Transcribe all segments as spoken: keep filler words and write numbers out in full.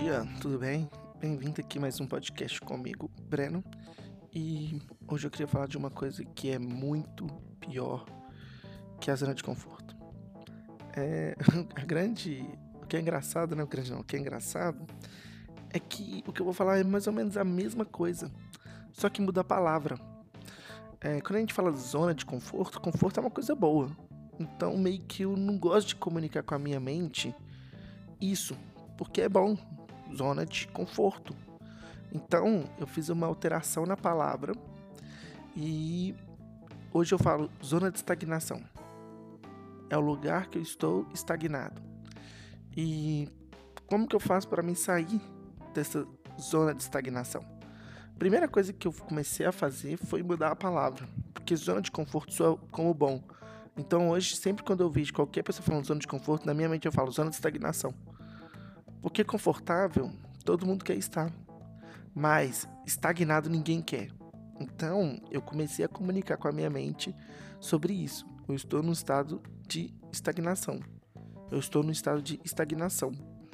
dia, tudo bem? Bem-vindo aqui a mais um podcast comigo, Breno. E hoje eu queria falar de uma coisa que é muito pior que a zona de conforto. É, a grande... O que é engraçado, né? O grande não, o que é engraçado é que o que eu vou falar é mais ou menos a mesma coisa, só que muda a palavra. É, quando a gente fala de zona de conforto, conforto é uma coisa boa. Então meio que eu não gosto de comunicar com a minha mente isso, porque é bom, zona de conforto. Então eu fiz uma alteração na palavra e hoje eu falo zona de estagnação. É o lugar que eu estou estagnado. E como que eu faço para mim sair dessa zona de estagnação? Primeira coisa que eu comecei a fazer foi mudar a palavra, porque zona de conforto soa como bom. Então hoje, sempre quando eu vejo qualquer pessoa falando zona de conforto, na minha mente eu falo zona de estagnação. Porque confortável, todo mundo quer estar, mas estagnado ninguém quer. Então eu comecei a comunicar com a minha mente sobre isso. Eu estou num estado de estagnação. Eu estou num estado de estagnação.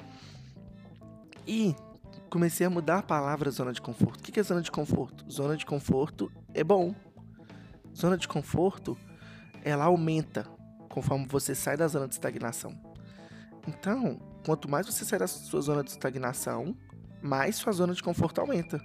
E comecei a mudar a palavra zona de conforto. O que é zona de conforto? Zona de conforto é bom. Zona de conforto, ela aumenta conforme você sai da zona de estagnação. Então, quanto mais você sai da sua zona de estagnação, mais sua zona de conforto aumenta.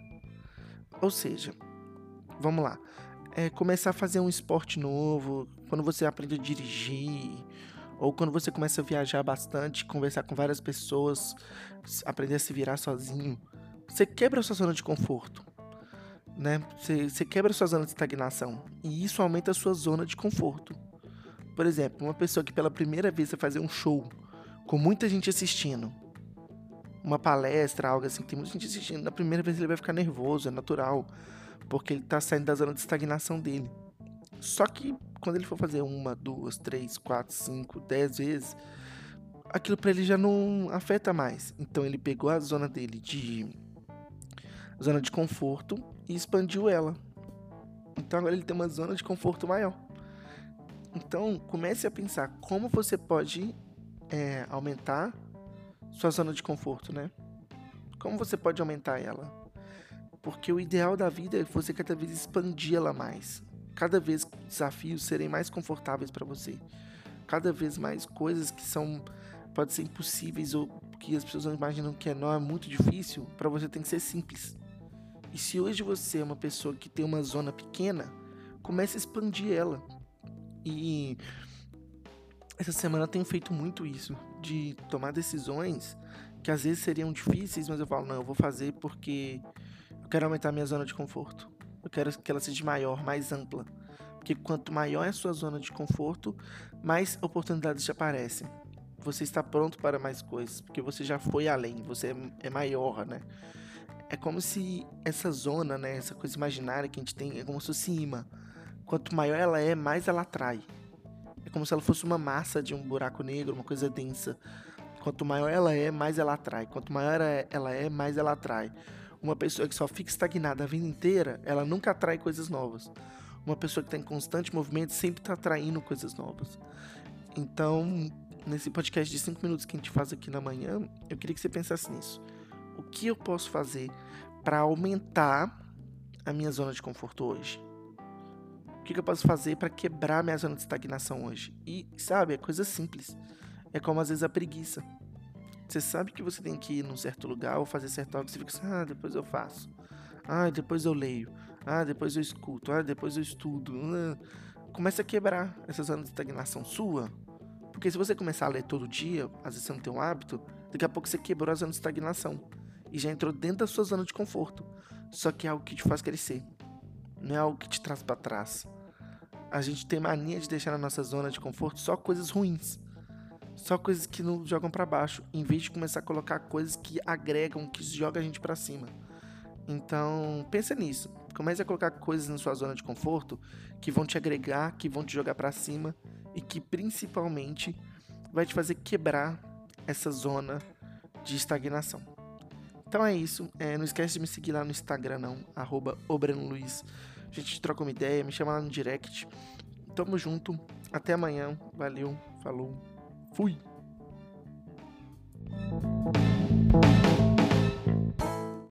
Ou seja, vamos lá, é começar a fazer um esporte novo, quando você aprende a dirigir, ou quando você começa a viajar bastante, conversar com várias pessoas, aprender a se virar sozinho, você quebra a sua zona de conforto, né? Você, você quebra a sua zona de estagnação, e isso aumenta a sua zona de conforto. Por exemplo, uma pessoa que pela primeira vez vai fazer um show, com muita gente assistindo, uma palestra, algo assim, tem muita gente assistindo, na primeira vez ele vai ficar nervoso, é natural, porque ele tá saindo da zona de estagnação dele. Só que quando ele for fazer uma, duas, três, quatro, cinco, dez vezes, aquilo pra ele já não afeta mais. Então ele pegou a zona dele de zona de conforto e expandiu ela. Então agora ele tem uma zona de conforto maior. Então comece a pensar como você pode é, aumentar sua zona de conforto, né? Como você pode aumentar ela? Porque o ideal da vida é você cada vez expandir ela mais. Cada vez desafios serem mais confortáveis para você. Cada vez mais coisas que são pode ser impossíveis ou que as pessoas imaginam que é, não, é muito difícil, para você tem que ser simples. E se hoje você é uma pessoa que tem uma zona pequena, comece a expandir ela. E essa semana eu tenho feito muito isso, de tomar decisões que às vezes seriam difíceis, mas eu falo, não, eu vou fazer porque eu quero aumentar a minha zona de conforto. Eu quero que ela seja maior, mais ampla. Porque quanto maior é a sua zona de conforto, mais oportunidades te aparecem. Você está pronto para mais coisas, porque você já foi além, você é, é maior, né? É como se essa zona, né, essa coisa imaginária que a gente tem, é como se fosse imã. Quanto maior ela é, mais ela atrai. É como se ela fosse uma massa de um buraco negro, uma coisa densa. Quanto maior ela é, mais ela atrai. Quanto maior ela é, mais ela atrai. Uma pessoa que só fica estagnada a vida inteira, ela nunca atrai coisas novas. Uma pessoa que está em constante movimento sempre está atraindo coisas novas. Então, nesse podcast de cinco minutos que a gente faz aqui na manhã, eu queria que você pensasse nisso. O que eu posso fazer para aumentar a minha zona de conforto hoje? O que eu posso fazer para quebrar minha zona de estagnação hoje? E, sabe, é coisa simples. É como às vezes a preguiça. Você sabe que você tem que ir num certo lugar ou fazer certo algo, você fica assim, ah, depois eu faço. Ah, depois eu leio. Ah, depois eu escuto. Ah, depois eu estudo. Ah, começa a quebrar essa zona de estagnação sua. Porque se você começar a ler todo dia, às vezes você não tem um hábito, daqui a pouco você quebrou a zona de estagnação. E já entrou dentro da sua zona de conforto. Só que é algo que te faz crescer. Não é algo que te traz pra trás. A gente tem mania de deixar na nossa zona de conforto só coisas ruins. Só coisas que nos jogam pra baixo, em vez de começar a colocar coisas que agregam, que jogam a gente pra cima. Então, pensa nisso. Comece a colocar coisas na sua zona de conforto que vão te agregar, que vão te jogar pra cima e que principalmente vai te fazer quebrar essa zona de estagnação. Então é isso. É, não esquece de me seguir lá no Instagram, não. arroba o Breno Luiz. A gente troca uma ideia, me chama lá no direct. Tamo junto. Até amanhã. Valeu. Falou. Fui.